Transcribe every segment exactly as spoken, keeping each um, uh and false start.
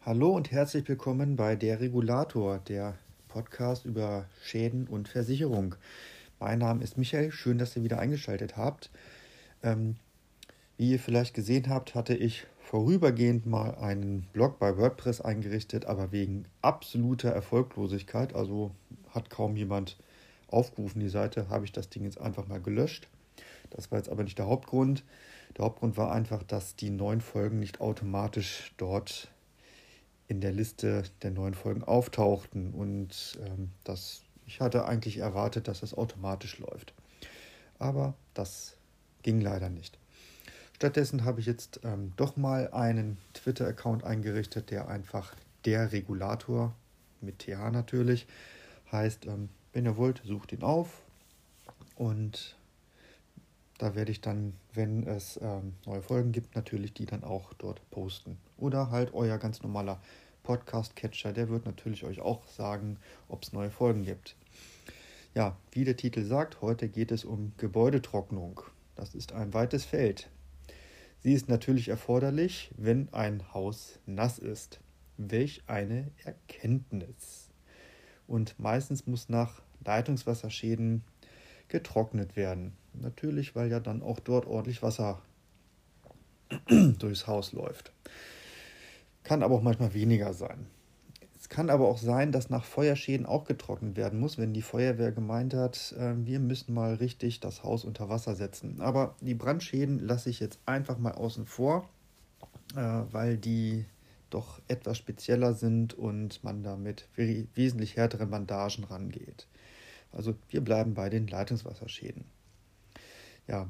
Hallo und herzlich willkommen bei Der Regulator, der Podcast über Schäden und Versicherung. Mein Name ist Michael, schön, dass ihr wieder eingeschaltet habt. Ähm, wie ihr vielleicht gesehen habt, hatte ich vorübergehend mal einen Blog bei WordPress eingerichtet, aber wegen absoluter Erfolglosigkeit, also hat kaum jemand aufgerufen die Seite, habe ich das Ding jetzt einfach mal gelöscht. Das war jetzt aber nicht der Hauptgrund. Der Hauptgrund war einfach, dass die neuen Folgen nicht automatisch dort in der Liste der neuen Folgen auftauchten und ähm, das, ich hatte eigentlich erwartet, dass das automatisch läuft. Aber das ging leider nicht. Stattdessen habe ich jetzt ähm, doch mal einen Twitter-Account eingerichtet, der einfach der Regulator mit T H natürlich heißt. Ähm, wenn ihr wollt, sucht ihn auf und da werde ich dann, wenn es ähm, neue Folgen gibt, natürlich die dann auch dort posten. Oder halt euer ganz normaler Podcast-Catcher, der wird natürlich euch auch sagen, ob es neue Folgen gibt. Ja, wie der Titel sagt, heute geht es um Gebäudetrocknung. Das ist ein weites Feld. Sie ist natürlich erforderlich, wenn ein Haus nass ist. Welch eine Erkenntnis. Und meistens muss nach Leitungswasserschäden getrocknet werden. Natürlich, weil ja dann auch dort ordentlich Wasser durchs Haus läuft. Kann aber auch manchmal weniger sein. Es kann aber auch sein, dass nach Feuerschäden auch getrocknet werden muss, wenn die Feuerwehr gemeint hat, äh, wir müssen mal richtig das Haus unter Wasser setzen. Aber die Brandschäden lasse ich jetzt einfach mal außen vor, äh, weil die doch etwas spezieller sind und man damit wesentlich härteren Bandagen rangeht. Also wir bleiben bei den Leitungswasserschäden. Ja.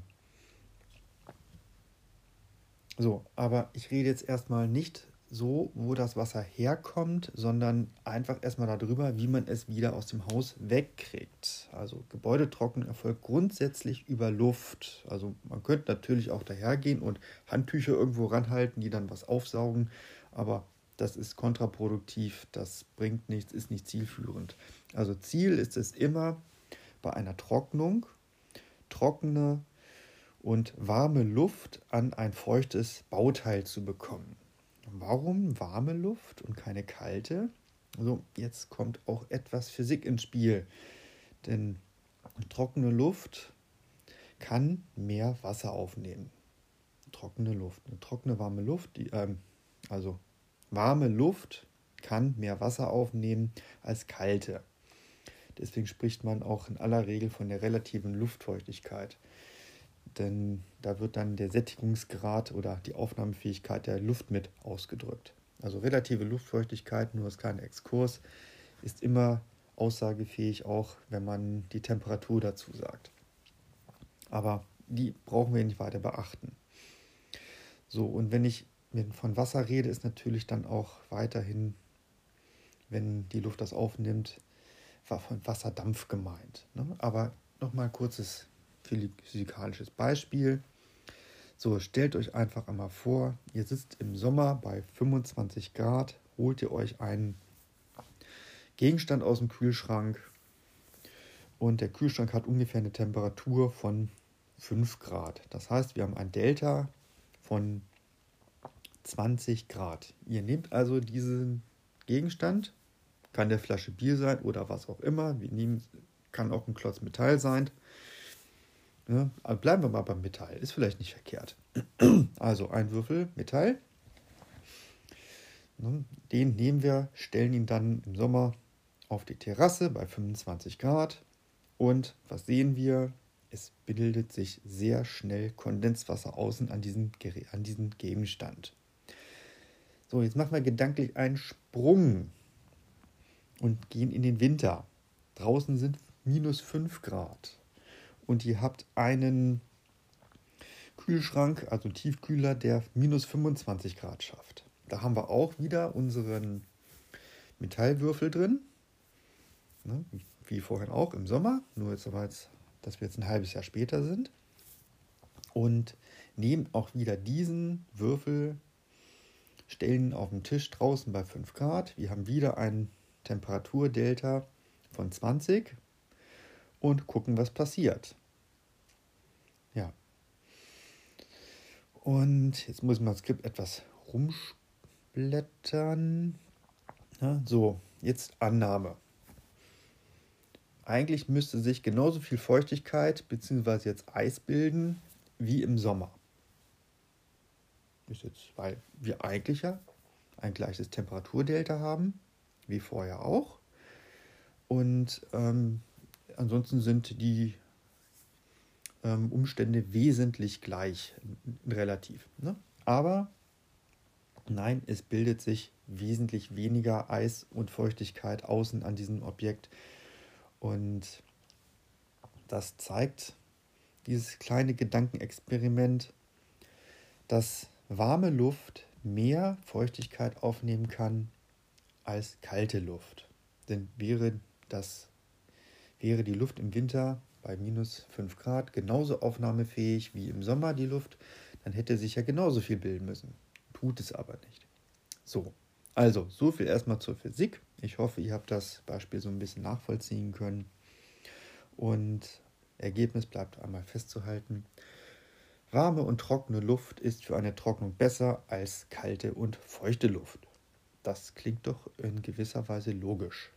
So, aber ich rede jetzt erstmal nicht so, wo das Wasser herkommt, sondern einfach erstmal darüber, wie man es wieder aus dem Haus wegkriegt. Also Gebäudetrocknung erfolgt grundsätzlich über Luft. Also man könnte natürlich auch dahergehen und Handtücher irgendwo ranhalten, die dann was aufsaugen, aber das ist kontraproduktiv, das bringt nichts, ist nicht zielführend. Also Ziel ist es immer bei einer Trocknung, trockene und warme Luft an ein feuchtes Bauteil zu bekommen. Warum warme Luft und keine kalte? Also jetzt kommt auch etwas Physik ins Spiel, denn trockene Luft kann mehr Wasser aufnehmen. Trockene Luft, eine trockene warme Luft, die, ähm, also warme Luft kann mehr Wasser aufnehmen als kalte. Deswegen spricht man auch in aller Regel von der relativen Luftfeuchtigkeit. Denn da wird dann der Sättigungsgrad oder die Aufnahmefähigkeit der Luft mit ausgedrückt. Also relative Luftfeuchtigkeit, nur als kleiner Exkurs, ist immer aussagefähig, auch wenn man die Temperatur dazu sagt. Aber die brauchen wir nicht weiter beachten. So, und wenn ich von Wasser rede, ist natürlich dann auch weiterhin, wenn die Luft das aufnimmt, von Wasserdampf gemeint. Ne? Aber nochmal ein kurzes physikalisches Beispiel. So, stellt euch einfach einmal vor, ihr sitzt im Sommer bei fünfundzwanzig Grad, holt ihr euch einen Gegenstand aus dem Kühlschrank und der Kühlschrank hat ungefähr eine Temperatur von fünf Grad. Das heißt, wir haben ein Delta von zwanzig Grad. Ihr nehmt also diesen Gegenstand, kann der Flasche Bier sein oder was auch immer, wir nehmen, kann auch ein Klotz Metall sein. Ja, aber bleiben wir mal beim Metall, ist vielleicht nicht verkehrt. Also ein Würfel Metall, den nehmen wir, stellen ihn dann im Sommer auf die Terrasse bei fünfundzwanzig Grad und was sehen wir? Es bildet sich sehr schnell Kondenswasser außen an diesem, an diesem Gegenstand. So, jetzt machen wir gedanklich einen Sprung und gehen in den Winter. Draußen sind minus fünf Grad. Und ihr habt einen Kühlschrank, also Tiefkühler, der minus fünfundzwanzig Grad schafft. Da haben wir auch wieder unseren Metallwürfel drin, ne, wie vorhin auch im Sommer, nur jetzt aber jetzt, dass wir jetzt ein halbes Jahr später sind. Und nehmen auch wieder diesen Würfel, stellen ihn auf den Tisch draußen bei fünf Grad. Wir haben wieder ein Temperaturdelta von zwanzig und gucken, was passiert. Ja. Und jetzt muss man das Skript etwas umblättern. Ja, so, jetzt Annahme. Eigentlich müsste sich genauso viel Feuchtigkeit bzw. jetzt Eis bilden wie im Sommer. Ist jetzt, weil wir eigentlich ja ein gleiches Temperaturdelta haben, wie vorher auch. Und ähm, ansonsten sind die ähm, Umstände wesentlich gleich, relativ. Ne? Aber nein, es bildet sich wesentlich weniger Eis und Feuchtigkeit außen an diesem Objekt. Und das zeigt dieses kleine Gedankenexperiment, dass warme Luft mehr Feuchtigkeit aufnehmen kann als kalte Luft. Denn wäre, das, wäre die Luft im Winter bei minus fünf Grad genauso aufnahmefähig wie im Sommer die Luft, dann hätte sich ja genauso viel bilden müssen. Tut es aber nicht. So, also so viel erstmal zur Physik. Ich hoffe, ihr habt das Beispiel so ein bisschen nachvollziehen können. Und Ergebnis bleibt einmal festzuhalten. Warme und trockene Luft ist für eine Trocknung besser als kalte und feuchte Luft. Das klingt doch in gewisser Weise logisch.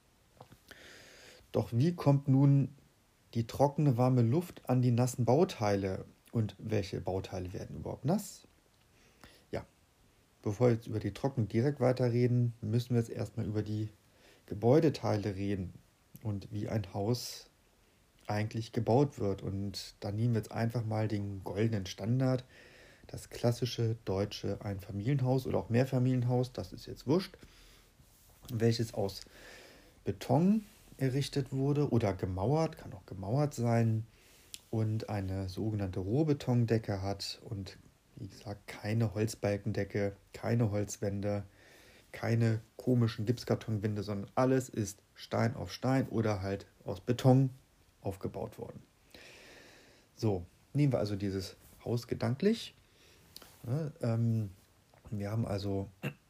Doch wie kommt nun die trockene, warme Luft an die nassen Bauteile? Und welche Bauteile werden überhaupt nass? Ja, bevor wir jetzt über die Trocknung direkt weiterreden, müssen wir jetzt erstmal über die Gebäudeteile reden und wie ein Haus eigentlich gebaut wird. Und da nehmen wir jetzt einfach mal den goldenen Standard, das klassische deutsche Einfamilienhaus oder auch Mehrfamilienhaus, das ist jetzt wurscht, welches aus Beton errichtet wurde oder gemauert, kann auch gemauert sein und eine sogenannte Rohbetondecke hat und wie gesagt keine Holzbalkendecke, keine Holzwände, keine komischen Gipskartonwände, sondern alles ist Stein auf Stein oder halt aus Beton aufgebaut worden. So, nehmen wir also dieses Haus gedanklich. Ja, ähm, wir haben also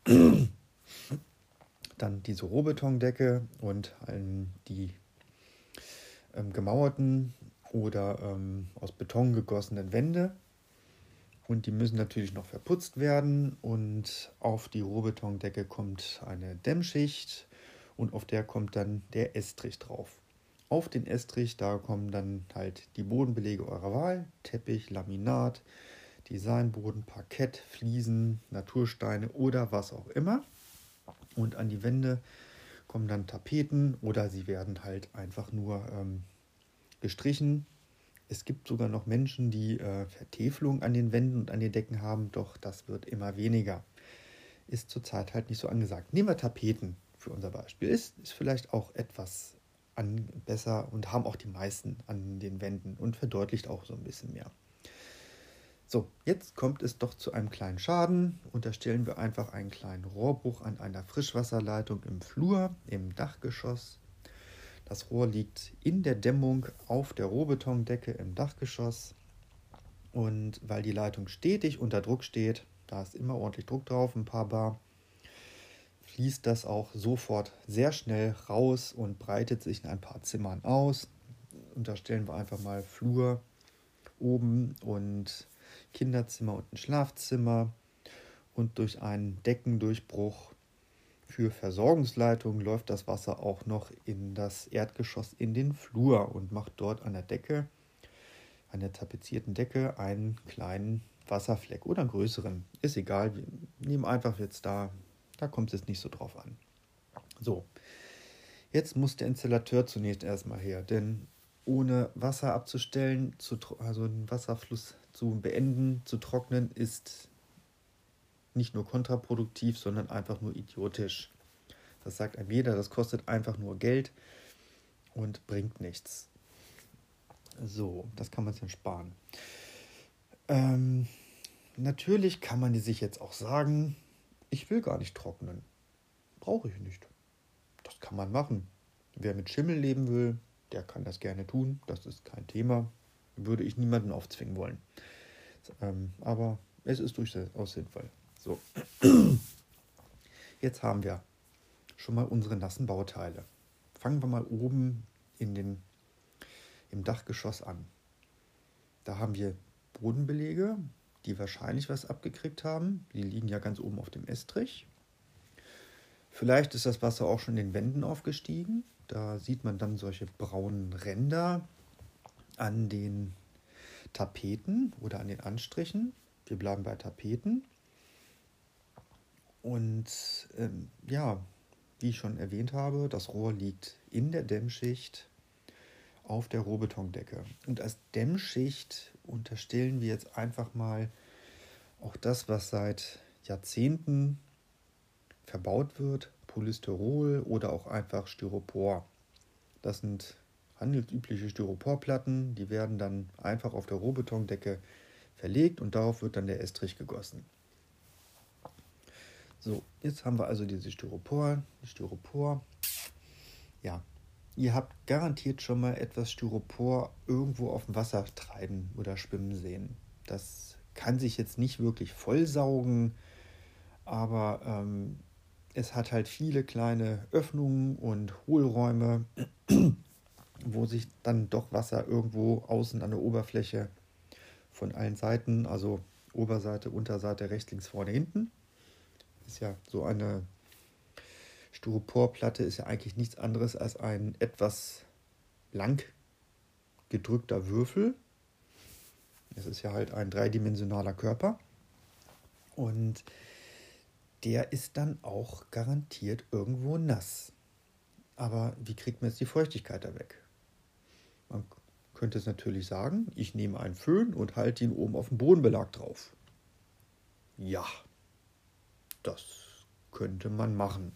dann diese Rohbetondecke und ähm, die ähm, gemauerten oder ähm, aus Beton gegossenen Wände. Und die müssen natürlich noch verputzt werden. Und auf die Rohbetondecke kommt eine Dämmschicht und auf der kommt dann der Estrich drauf. Auf den Estrich, da kommen dann halt die Bodenbelege eurer Wahl, Teppich, Laminat, Designboden, Parkett, Fliesen, Natursteine oder was auch immer. Und an die Wände kommen dann Tapeten oder sie werden halt einfach nur ähm, gestrichen. Es gibt sogar noch Menschen, die äh, Vertäfelung an den Wänden und an den Decken haben, doch das wird immer weniger. Ist zurzeit halt nicht so angesagt. Nehmen wir Tapeten für unser Beispiel. Ist, ist vielleicht auch etwas an, besser und haben auch die meisten an den Wänden und verdeutlicht auch so ein bisschen mehr. So, jetzt kommt es doch zu einem kleinen Schaden. Unterstellen wir einfach einen kleinen Rohrbruch an einer Frischwasserleitung im Flur, im Dachgeschoss. Das Rohr liegt in der Dämmung auf der Rohbetondecke im Dachgeschoss. Und weil die Leitung stetig unter Druck steht, da ist immer ordentlich Druck drauf, ein paar Bar, fließt das auch sofort sehr schnell raus und breitet sich in ein paar Zimmern aus. Unterstellen wir einfach mal Flur oben und Kinderzimmer und ein Schlafzimmer und durch einen Deckendurchbruch für Versorgungsleitungen läuft das Wasser auch noch in das Erdgeschoss in den Flur und macht dort an der Decke, an der tapezierten Decke, einen kleinen Wasserfleck oder einen größeren. Ist egal, wir nehmen einfach jetzt da, da kommt es nicht so drauf an. So, jetzt muss der Installateur zunächst erstmal her, denn ohne Wasser abzustellen, zu, also den Wasserfluss zu beenden, zu trocknen, ist nicht nur kontraproduktiv, sondern einfach nur idiotisch. Das sagt einem jeder, das kostet einfach nur Geld und bringt nichts. So, das kann man sich dann sparen. Ähm, natürlich kann man sich jetzt auch sagen, ich will gar nicht trocknen. Brauche ich nicht. Das kann man machen. Wer mit Schimmel leben will, der kann das gerne tun. Das ist kein Thema. Würde ich niemanden aufzwingen wollen. Ähm, aber es ist durchaus sinnvoll. So. Jetzt haben wir schon mal unsere nassen Bauteile. Fangen wir mal oben in den, im Dachgeschoss an. Da haben wir Bodenbelege, die wahrscheinlich was abgekriegt haben. Die liegen ja ganz oben auf dem Estrich. Vielleicht ist das Wasser auch schon in den Wänden aufgestiegen. Da sieht man dann solche braunen Ränder an den Tapeten oder an den Anstrichen. Wir bleiben bei Tapeten. Und ähm, ja, wie ich schon erwähnt habe, das Rohr liegt in der Dämmschicht auf der Rohbetondecke. Und als Dämmschicht unterstellen wir jetzt einfach mal auch das, was seit Jahrzehnten verbaut wird, Polystyrol oder auch einfach Styropor. Das sind handelsübliche Styroporplatten, die werden dann einfach auf der Rohbetondecke verlegt und darauf wird dann der Estrich gegossen. So, jetzt haben wir also diese Styropor, die Styropor. Ja, ihr habt garantiert schon mal etwas Styropor irgendwo auf dem Wasser treiben oder schwimmen sehen. Das kann sich jetzt nicht wirklich vollsaugen, aber ähm, es hat halt viele kleine Öffnungen und Hohlräume, wo sich dann doch Wasser irgendwo außen an der Oberfläche von allen Seiten, also Oberseite, Unterseite, rechts, links, vorne, hinten. Ist ja so eine Styroporplatte, ist ja eigentlich nichts anderes als ein etwas lang gedrückter Würfel. Es ist ja halt ein dreidimensionaler Körper und der ist dann auch garantiert irgendwo nass. Aber wie kriegt man jetzt die Feuchtigkeit da weg? Man könnte es natürlich sagen, ich nehme einen Föhn und halte ihn oben auf den Bodenbelag drauf. Ja, das könnte man machen.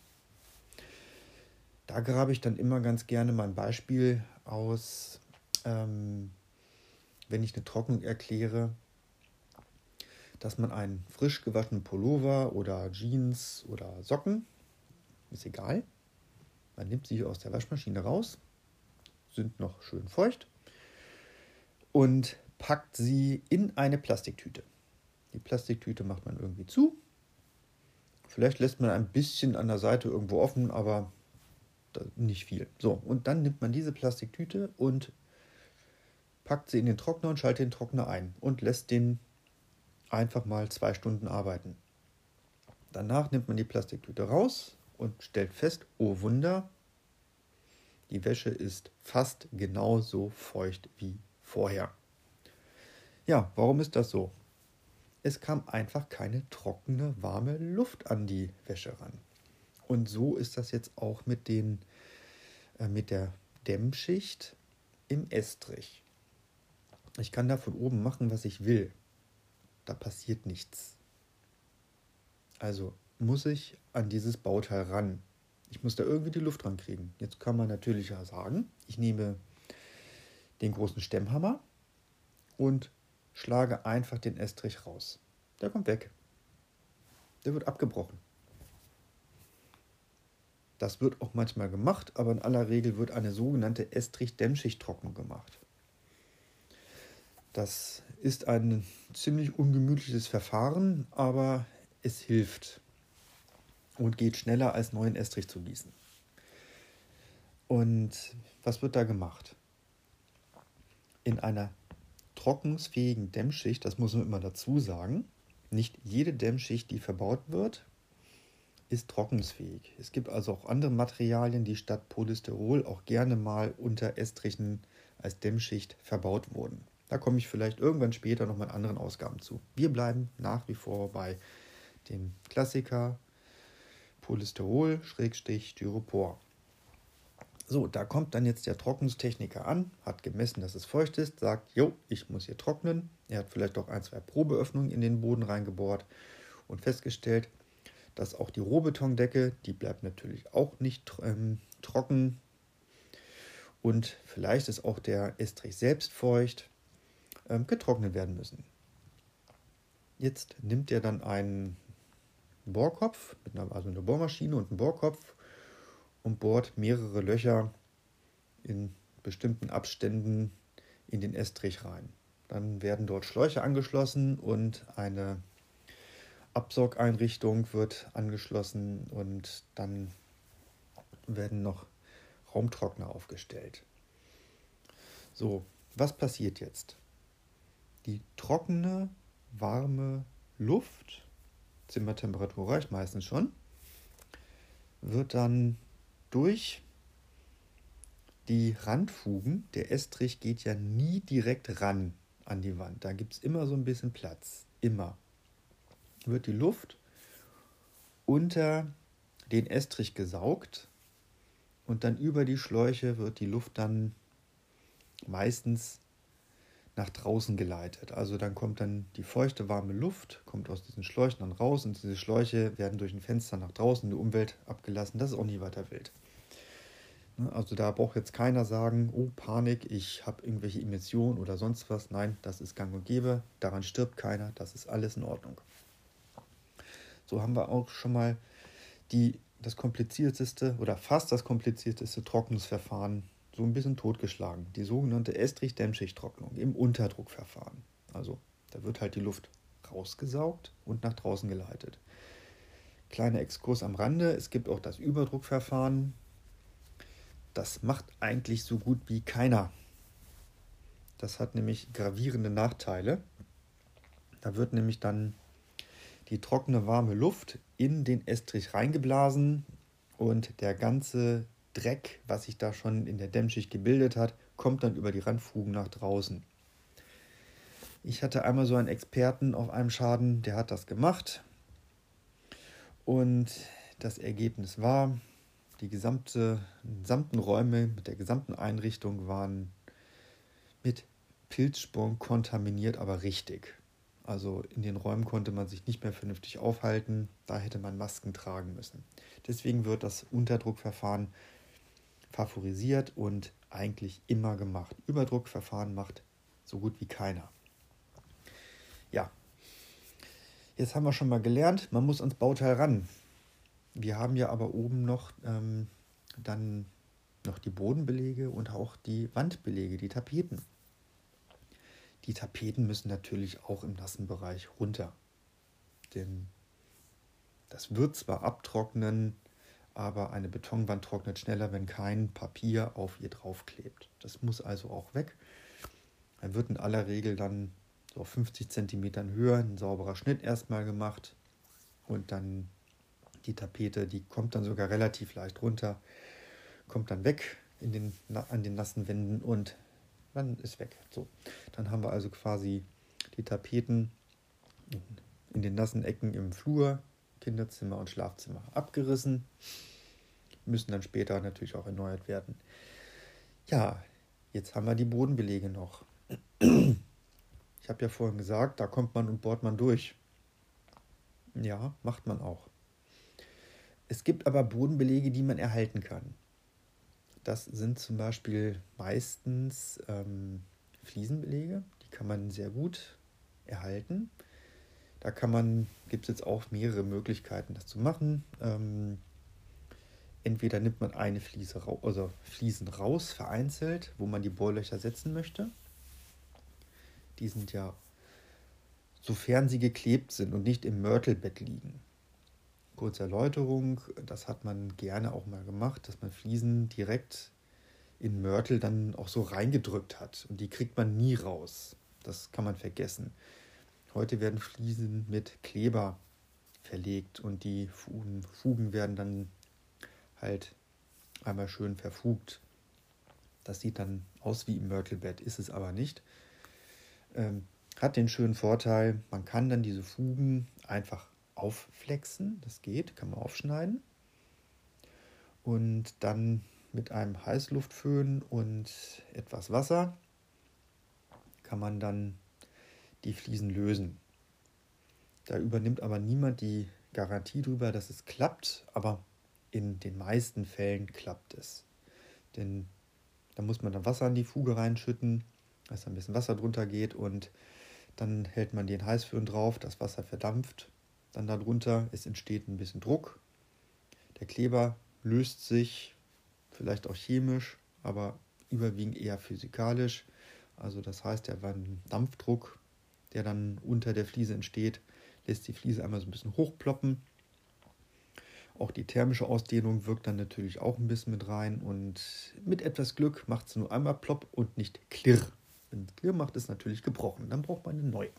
Da grabe ich dann immer ganz gerne mal ein Beispiel aus, ähm, wenn ich eine Trocknung erkläre, dass man einen frisch gewaschenen Pullover oder Jeans oder Socken, ist egal, man nimmt sie aus der Waschmaschine raus, sind noch schön feucht und packt sie in eine Plastiktüte. Die Plastiktüte macht man irgendwie zu. Vielleicht lässt man ein bisschen an der Seite irgendwo offen, aber nicht viel. So, und dann nimmt man diese Plastiktüte und packt sie in den Trockner und schaltet den Trockner ein und lässt den einfach mal zwei Stunden arbeiten. Danach nimmt man die Plastiktüte raus und stellt fest, oh Wunder, die Wäsche ist fast genauso feucht wie vorher. Ja, warum ist das so? Es kam einfach keine trockene, warme Luft an die Wäsche ran. Und so ist das jetzt auch mit, den, äh, mit der Dämmschicht im Estrich. Ich kann da von oben machen, was ich will. Da passiert nichts. Also muss ich an dieses Bauteil ran. Ich muss da irgendwie die Luft dran kriegen. Jetzt kann man natürlich ja sagen, ich nehme den großen Stemmhammer und schlage einfach den Estrich raus. Der kommt weg. Der wird abgebrochen. Das wird auch manchmal gemacht, aber in aller Regel wird eine sogenannte Estrich-Dämmschicht-Trocknung gemacht. Das ist ein ziemlich ungemütliches Verfahren, aber es hilft und geht schneller als neuen Estrich zu gießen. Und was wird da gemacht? In einer trocknungsfähigen Dämmschicht, das muss man immer dazu sagen, nicht jede Dämmschicht, die verbaut wird, ist trocknungsfähig. Es gibt also auch andere Materialien, die statt Polystyrol auch gerne mal unter Estrichen als Dämmschicht verbaut wurden. Da komme ich vielleicht irgendwann später noch mal in anderen Ausgaben zu. Wir bleiben nach wie vor bei dem Klassiker Polystyrol, Schrägstrich, Styropor. So, da kommt dann jetzt der Trocknungstechniker an, hat gemessen, dass es feucht ist, sagt, jo, ich muss hier trocknen. Er hat vielleicht auch ein, zwei Probeöffnungen in den Boden reingebohrt und festgestellt, dass auch die Rohbetondecke, die bleibt natürlich auch nicht ähm, trocken. Und vielleicht ist auch der Estrich selbst feucht, ähm, getrocknet werden müssen. Jetzt nimmt er dann einen Bohrkopf, mit einer, also eine Bohrmaschine und einen Bohrkopf und bohrt mehrere Löcher in bestimmten Abständen in den Estrich rein. Dann werden dort Schläuche angeschlossen und eine Absaugeinrichtung wird angeschlossen und dann werden noch Raumtrockner aufgestellt. So, was passiert jetzt? Die trockene, warme Luft, Zimmertemperatur reicht meistens schon, wird dann durch die Randfugen, der Estrich geht ja nie direkt ran an die Wand. Da gibt es immer so ein bisschen Platz. Immer. Wird die Luft unter den Estrich gesaugt und dann über die Schläuche wird die Luft dann meistens nach draußen geleitet. Also dann kommt dann die feuchte, warme Luft, kommt aus diesen Schläuchen dann raus und diese Schläuche werden durch ein Fenster nach draußen in die Umwelt abgelassen. Das ist auch nie weiter wild. Also da braucht jetzt keiner sagen, oh Panik, ich habe irgendwelche Emissionen oder sonst was. Nein, das ist gang und gäbe, daran stirbt keiner, das ist alles in Ordnung. So haben wir auch schon mal die, das komplizierteste oder fast das komplizierteste Trocknungsverfahren so ein bisschen totgeschlagen. Die sogenannte Estrich-Dämmschicht-Trocknung im Unterdruckverfahren. Also da wird halt die Luft rausgesaugt und nach draußen geleitet. Kleiner Exkurs am Rande, es gibt auch das Überdruckverfahren. Das macht eigentlich so gut wie keiner. Das hat nämlich gravierende Nachteile. Da wird nämlich dann die trockene, warme Luft in den Estrich reingeblasen und der ganze Dreck, was sich da schon in der Dämmschicht gebildet hat, kommt dann über die Randfugen nach draußen. Ich hatte einmal so einen Experten auf einem Schaden, der hat das gemacht. Und das Ergebnis war, die gesamte, gesamten Räume mit der gesamten Einrichtung waren mit Pilzsporen kontaminiert, aber richtig. Also in den Räumen konnte man sich nicht mehr vernünftig aufhalten, da hätte man Masken tragen müssen. Deswegen wird das Unterdruckverfahren favorisiert und eigentlich immer gemacht. Überdruckverfahren macht so gut wie keiner. Ja, jetzt haben wir schon mal gelernt, man muss ans Bauteil ran. Wir haben ja aber oben noch ähm, dann noch die Bodenbelege und auch die Wandbelege, die Tapeten. Die Tapeten müssen natürlich auch im nassen Bereich runter. Denn das wird zwar abtrocknen, aber eine Betonwand trocknet schneller, wenn kein Papier auf ihr draufklebt. Das muss also auch weg. Dann wird in aller Regel dann so auf fünfzig Zentimetern Höhe ein sauberer Schnitt erstmal gemacht und dann die Tapete, die kommt dann sogar relativ leicht runter, kommt dann weg in den, an den nassen Wänden und dann ist weg. So, dann haben wir also quasi die Tapeten in, in den nassen Ecken im Flur, Kinderzimmer und Schlafzimmer abgerissen, müssen dann später natürlich auch erneuert werden. Ja, jetzt haben wir die Bodenbelege noch. Ich habe ja vorhin gesagt, da kommt man und bohrt man durch. Ja, macht man auch. Es gibt aber Bodenbelege, die man erhalten kann. Das sind zum Beispiel meistens ähm, Fliesenbelege, die kann man sehr gut erhalten. Da kann man, gibt es jetzt auch mehrere Möglichkeiten, das zu machen. Ähm, entweder nimmt man eine Fliese raus, also Fliesen raus, vereinzelt, wo man die Bohrlöcher setzen möchte. Die sind ja, sofern sie geklebt sind und nicht im Mörtelbett liegen. Kurze Erläuterung, das hat man gerne auch mal gemacht, dass man Fliesen direkt in Mörtel dann auch so reingedrückt hat und die kriegt man nie raus. Das kann man vergessen. Heute werden Fliesen mit Kleber verlegt und die Fugen, Fugen werden dann halt einmal schön verfugt. Das sieht dann aus wie im Mörtelbett, ist es aber nicht. Ähm, hat den schönen Vorteil, man kann dann diese Fugen einfach aufflexen, das geht, kann man aufschneiden und dann mit einem Heißluftföhn und etwas Wasser kann man dann die Fliesen lösen. Da übernimmt aber niemand die Garantie darüber, dass es klappt, aber in den meisten Fällen klappt es. Denn da muss man dann Wasser in die Fuge reinschütten, dass ein bisschen Wasser drunter geht und dann hält man den Heißföhn drauf, das Wasser verdampft dann darunter, es entsteht ein bisschen Druck. Der Kleber löst sich, vielleicht auch chemisch, aber überwiegend eher physikalisch. Also das heißt, der Dampfdruck, der dann unter der Fliese entsteht, lässt die Fliese einmal so ein bisschen hochploppen. Auch die thermische Ausdehnung wirkt dann natürlich auch ein bisschen mit rein und mit etwas Glück macht es nur einmal plopp und nicht klirr. Wenn es klirr macht, ist es natürlich gebrochen. Dann braucht man eine neue.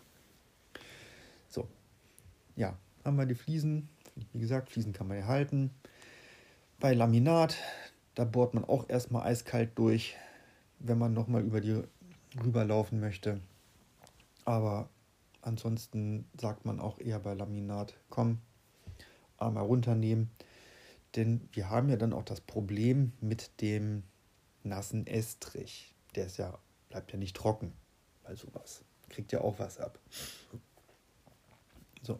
So, ja, haben wir die Fliesen. Wie gesagt, Fliesen kann man erhalten. Bei Laminat, da bohrt man auch erstmal eiskalt durch, wenn man nochmal über die rüberlaufen möchte. Aber ansonsten sagt man auch eher bei Laminat, komm, einmal runternehmen. Denn wir haben ja dann auch das Problem mit dem nassen Estrich. Der ist ja, bleibt ja nicht trocken bei sowas. Kriegt ja auch was ab. So.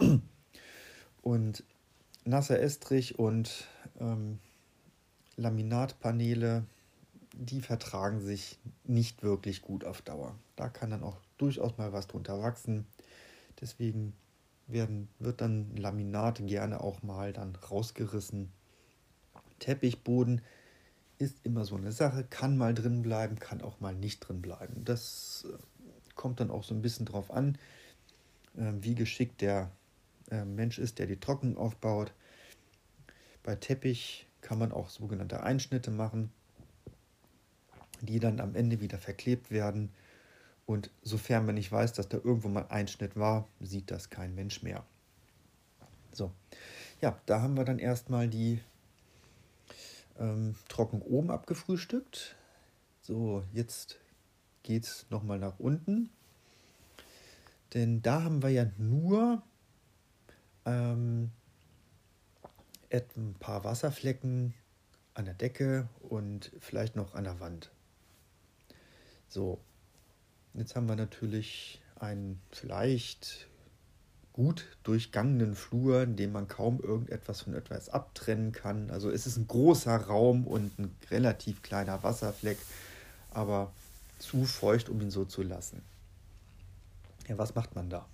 Und nasser Estrich und ähm, Laminatpaneele, die vertragen sich nicht wirklich gut auf Dauer. Da kann dann auch durchaus mal was drunter wachsen. Deswegen werden, wird dann Laminat gerne auch mal dann rausgerissen. Teppichboden ist immer so eine Sache, kann mal drin bleiben, kann auch mal nicht drin bleiben. Das kommt dann auch so ein bisschen drauf an, wie geschickt der Mensch ist, der die Trocknung aufbaut. Bei Teppich kann man auch sogenannte Einschnitte machen, die dann am Ende wieder verklebt werden. Und sofern man nicht weiß, dass da irgendwo mal Einschnitt war, sieht das kein Mensch mehr. So, ja, da haben wir dann erstmal die ähm, Trocknung oben abgefrühstückt. So, jetzt geht es nochmal nach unten. Denn da haben wir ja nur ähm, ein paar Wasserflecken an der Decke und vielleicht noch an der Wand. So, jetzt haben wir natürlich einen vielleicht gut durchgangenen Flur, in dem man kaum irgendetwas von etwas abtrennen kann. Also es ist ein großer Raum und ein relativ kleiner Wasserfleck, aber zu feucht, um ihn so zu lassen. Ja, was macht man da?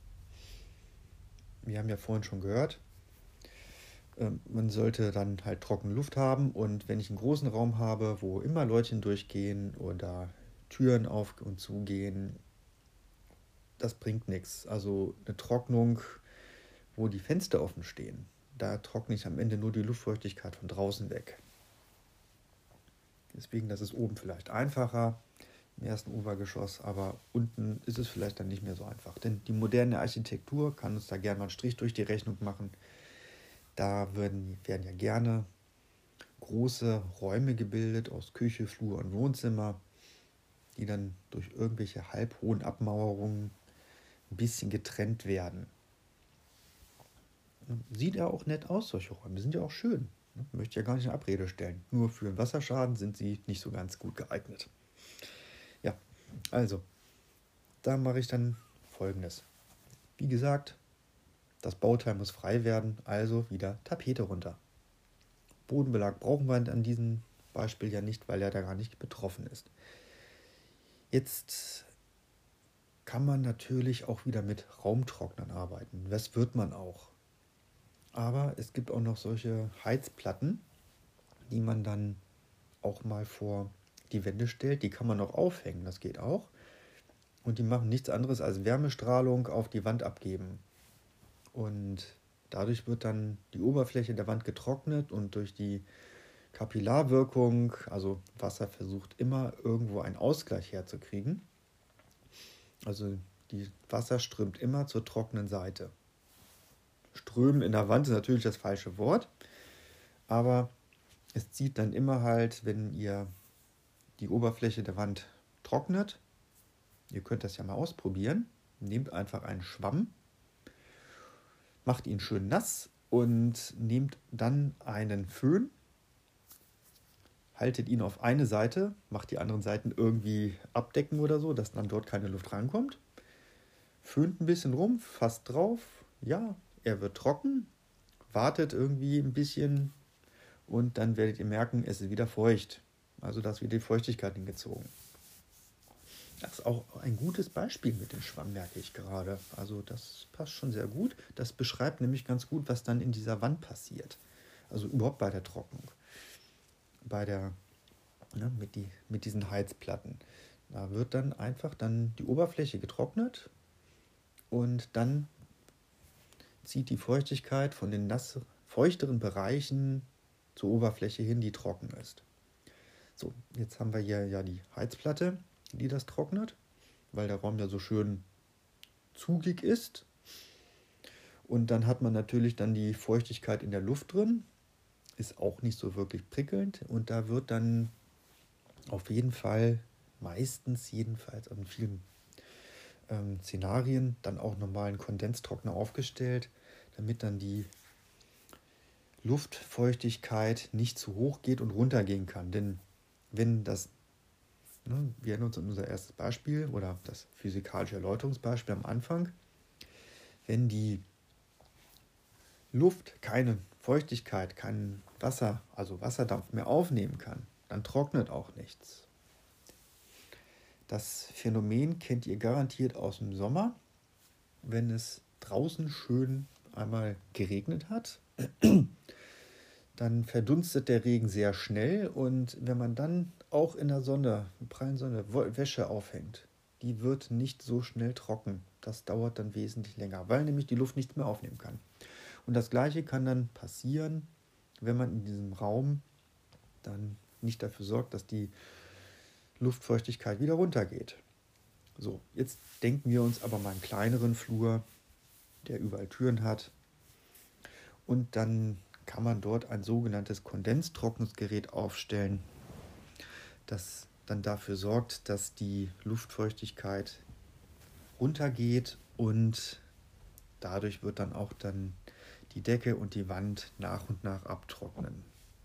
Wir haben ja vorhin schon gehört, man sollte dann halt trockene Luft haben, und wenn ich einen großen Raum habe, wo immer Leutchen durchgehen oder Türen auf und zugehen, das bringt nichts. Also eine Trocknung, wo die Fenster offen stehen, da trockne ich am Ende nur die Luftfeuchtigkeit von draußen weg. Deswegen, das ist oben vielleicht einfacher im ersten Obergeschoss, aber unten ist es vielleicht dann nicht mehr so einfach. Denn die moderne Architektur kann uns da gerne mal einen Strich durch die Rechnung machen. Da werden, werden ja gerne große Räume gebildet aus Küche, Flur und Wohnzimmer, die dann durch irgendwelche halbhohen Abmauerungen ein bisschen getrennt werden. Sieht ja auch nett aus, solche Räume. Die sind ja auch schön. Möchte ich ja gar nicht in Abrede stellen. Nur für einen Wasserschaden sind sie nicht so ganz gut geeignet. Ja, also, da mache ich dann Folgendes. Wie gesagt, das Bauteil muss frei werden, also wieder Tapete runter. Bodenbelag brauchen wir an diesem Beispiel ja nicht, weil er da gar nicht betroffen ist. Jetzt kann man natürlich auch wieder mit Raumtrocknern arbeiten. Das wird man auch. Aber es gibt auch noch solche Heizplatten, die man dann auch mal vor die Wände stellt. Die kann man auch aufhängen, das geht auch. Und die machen nichts anderes als Wärmestrahlung auf die Wand abgeben. Und dadurch wird dann die Oberfläche der Wand getrocknet, und durch die Kapillarwirkung, also Wasser versucht immer irgendwo einen Ausgleich herzukriegen. Also die Wasser strömt immer zur trockenen Seite. Strömen in der Wand ist natürlich das falsche Wort, aber es zieht dann immer halt, wenn ihr die Oberfläche der Wand trocknet, ihr könnt das ja mal ausprobieren, nehmt einfach einen Schwamm, macht ihn schön nass und nehmt dann einen Föhn, haltet ihn auf eine Seite, macht die anderen Seiten irgendwie abdecken oder so, dass dann dort keine Luft rankommt, föhnt ein bisschen rum, fasst drauf, ja, er wird trocken, wartet irgendwie ein bisschen und dann werdet ihr merken, es ist wieder feucht. Also da ist wieder die Feuchtigkeit hingezogen. Das ist auch ein gutes Beispiel mit dem Schwamm, merke ich gerade. Also das passt schon sehr gut. Das beschreibt nämlich ganz gut, was dann in dieser Wand passiert. Also überhaupt bei der Trocknung. Bei der, ne, mit, die, mit diesen Heizplatten. Da wird dann einfach dann die Oberfläche getrocknet und dann zieht die Feuchtigkeit von den nass, feuchteren Bereichen zur Oberfläche hin, die trocken ist. So, jetzt haben wir hier ja die Heizplatte, die das trocknet, weil der Raum ja so schön zugig ist. Und dann hat man natürlich dann die Feuchtigkeit in der Luft drin. ist auch nicht so wirklich prickelnd und da wird dann auf jeden Fall, meistens jedenfalls an vielen ähm, Szenarien, dann auch nochmal ein Kondenstrockner aufgestellt, damit dann die Luftfeuchtigkeit nicht zu hoch geht und runtergehen kann. Denn wenn das, ne, wir erinnern uns an unser erstes Beispiel oder das physikalische Erläuterungsbeispiel am Anfang, wenn die Luft keine Feuchtigkeit, kein Wasser, also Wasserdampf mehr aufnehmen kann, dann trocknet auch nichts. Das Phänomen kennt ihr garantiert aus dem Sommer, wenn es draußen schön einmal geregnet hat, dann verdunstet der Regen sehr schnell und wenn man dann auch in der Sonne, in der prallen Sonne, Wäsche aufhängt, die wird nicht so schnell trocken. Das dauert dann wesentlich länger, weil nämlich die Luft nichts mehr aufnehmen kann. Und das Gleiche kann dann passieren, wenn man in diesem Raum dann nicht dafür sorgt, dass die Luftfeuchtigkeit wieder runtergeht. So, jetzt denken wir uns aber mal einen kleineren Flur, der überall Türen hat. Und dann kann man dort ein sogenanntes Kondenstrocknungsgerät aufstellen, das dann dafür sorgt, dass die Luftfeuchtigkeit runtergeht und dadurch wird dann auch dann die Decke und die Wand nach und nach abtrocknen.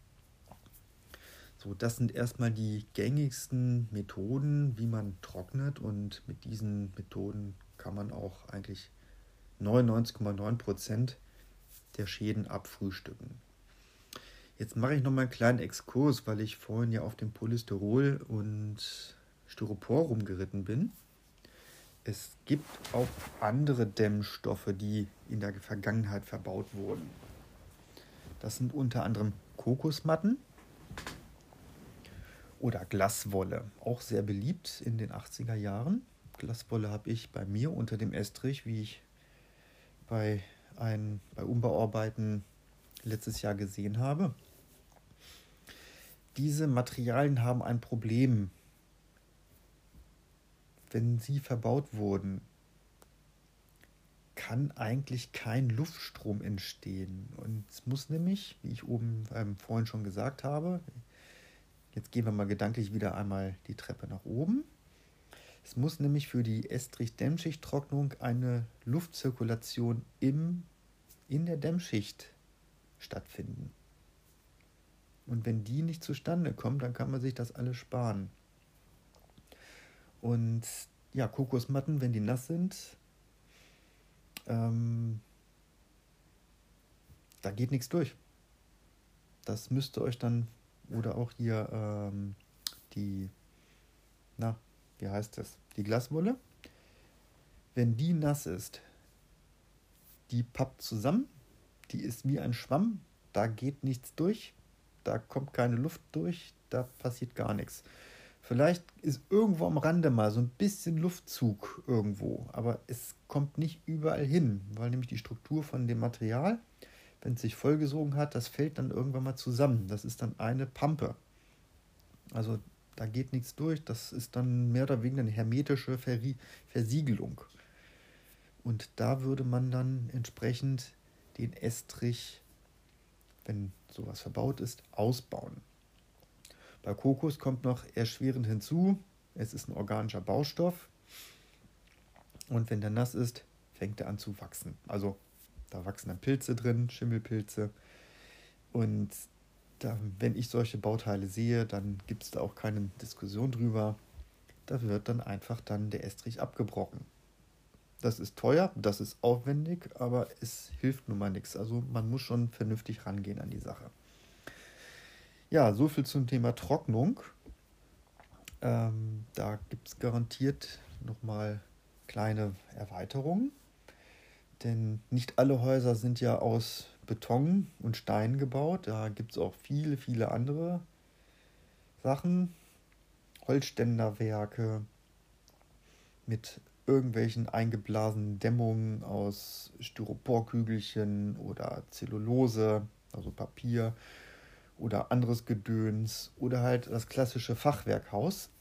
So, das sind erstmal die gängigsten Methoden, wie man trocknet und mit diesen Methoden kann man auch eigentlich neunundneunzig Komma neun Prozent der Schäden abfrühstücken. Jetzt mache ich nochmal einen kleinen Exkurs, weil ich vorhin ja auf dem Polystyrol und Styropor rumgeritten bin. Es gibt auch andere Dämmstoffe, die in der Vergangenheit verbaut wurden. Das sind unter anderem Kokosmatten oder Glaswolle, auch sehr beliebt in den achtziger Jahren. Glaswolle habe ich bei mir unter dem Estrich, wie ich bei, ein, bei Umbauarbeiten letztes Jahr gesehen habe. Diese Materialien haben ein Problem. Wenn sie verbaut wurden, kann eigentlich kein Luftstrom entstehen. Und es muss nämlich, wie ich oben ähm, vorhin schon gesagt habe, jetzt gehen wir mal gedanklich wieder einmal die Treppe nach oben. Es muss nämlich für die Estrich-Dämmschichttrocknung eine Luftzirkulation im, in der Dämmschicht stattfinden. Und wenn die nicht zustande kommt, dann kann man sich das alles sparen. Und ja, Kokosmatten, wenn die nass sind, ähm, da geht nichts durch. Das müsste euch dann, oder auch hier ähm, die, na, wie heißt das? Die Glaswolle. Wenn die nass ist, die pappt zusammen, die ist wie ein Schwamm, da geht nichts durch, da kommt keine Luft durch, da passiert gar nichts. Vielleicht ist irgendwo am Rande mal so ein bisschen Luftzug irgendwo, aber es kommt nicht überall hin, weil nämlich die Struktur von dem Material, wenn es sich vollgesogen hat, das fällt dann irgendwann mal zusammen. Das ist dann eine Pampe. Also da geht nichts durch, das ist dann mehr oder weniger eine hermetische Verri- Versiegelung. Und da würde man dann entsprechend den Estrich, wenn sowas verbaut ist, ausbauen. Bei Kokos kommt noch erschwerend hinzu, es ist ein organischer Baustoff und wenn der nass ist, fängt er an zu wachsen. Also da wachsen dann Pilze drin, Schimmelpilze und da, wenn ich solche Bauteile sehe, dann gibt es da auch keine Diskussion drüber. Da wird dann einfach dann der Estrich abgebrochen. Das ist teuer, das ist aufwendig, aber es hilft nun mal nichts. Also man muss schon vernünftig rangehen an die Sache. Ja, so viel zum Thema Trocknung. Ähm, da gibt es garantiert nochmal kleine Erweiterungen. Denn nicht alle Häuser sind ja aus Beton und Stein gebaut. Da gibt es auch viele, viele andere Sachen. Holzständerwerke mit irgendwelchen eingeblasenen Dämmungen aus Styroporkügelchen oder Zellulose, also Papier oder anderes Gedöns. Oder halt das klassische Fachwerkhaus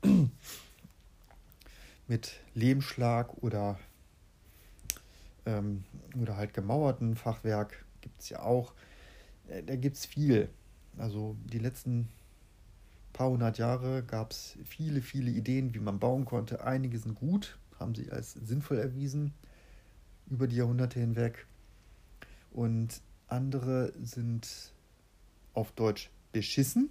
mit Lehmschlag oder, ähm, oder halt gemauerten Fachwerk. Gibt es ja auch. äh, da gibt es viel. Also die letzten paar hundert Jahre gab es viele, viele Ideen, wie man bauen konnte. Einige sind gut, haben sich als sinnvoll erwiesen über die Jahrhunderte hinweg. Und andere sind auf Deutsch beschissen,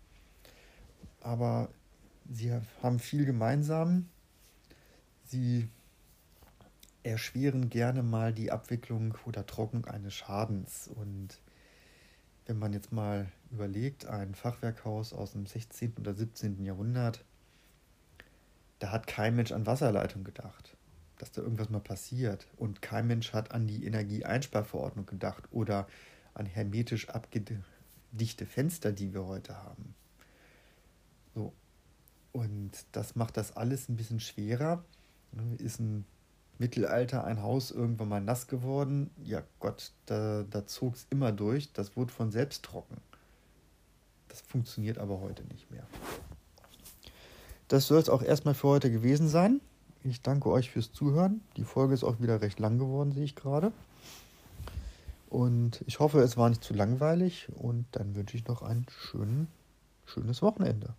aber sie haben viel gemeinsam. Sie erschweren gerne mal die Abwicklung oder Trocknung eines Schadens. Und wenn man jetzt mal überlegt, ein Fachwerkhaus aus dem sechzehnten oder siebzehnten Jahrhundert, da hat kein Mensch an Wasserleitung gedacht, dass da irgendwas mal passiert. Und kein Mensch hat an die Energieeinsparverordnung gedacht oder an hermetisch abgedichte Fenster, die wir heute haben. So. Und das macht das alles ein bisschen schwerer. Ist ein Mittelalter ein Haus irgendwann mal nass geworden? Ja Gott, da, da zog es immer durch. Das wurde von selbst trocken. Das funktioniert aber heute nicht mehr. Das soll es auch erstmal für heute gewesen sein. Ich danke euch fürs Zuhören. Die Folge ist auch wieder recht lang geworden, sehe ich gerade. Und ich hoffe, es war nicht zu langweilig. Und dann wünsche ich noch ein schönen, schönes Wochenende.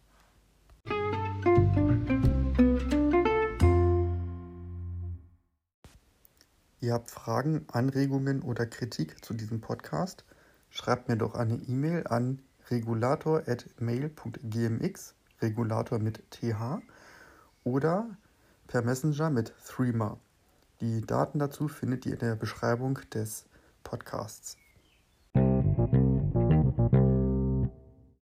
Ihr habt Fragen, Anregungen oder Kritik zu diesem Podcast? Schreibt mir doch eine E-Mail an regulator at mail punkt gmx, Regulator mit T H, oder per Messenger mit Threema. Die Daten dazu findet ihr in der Beschreibung des Podcasts.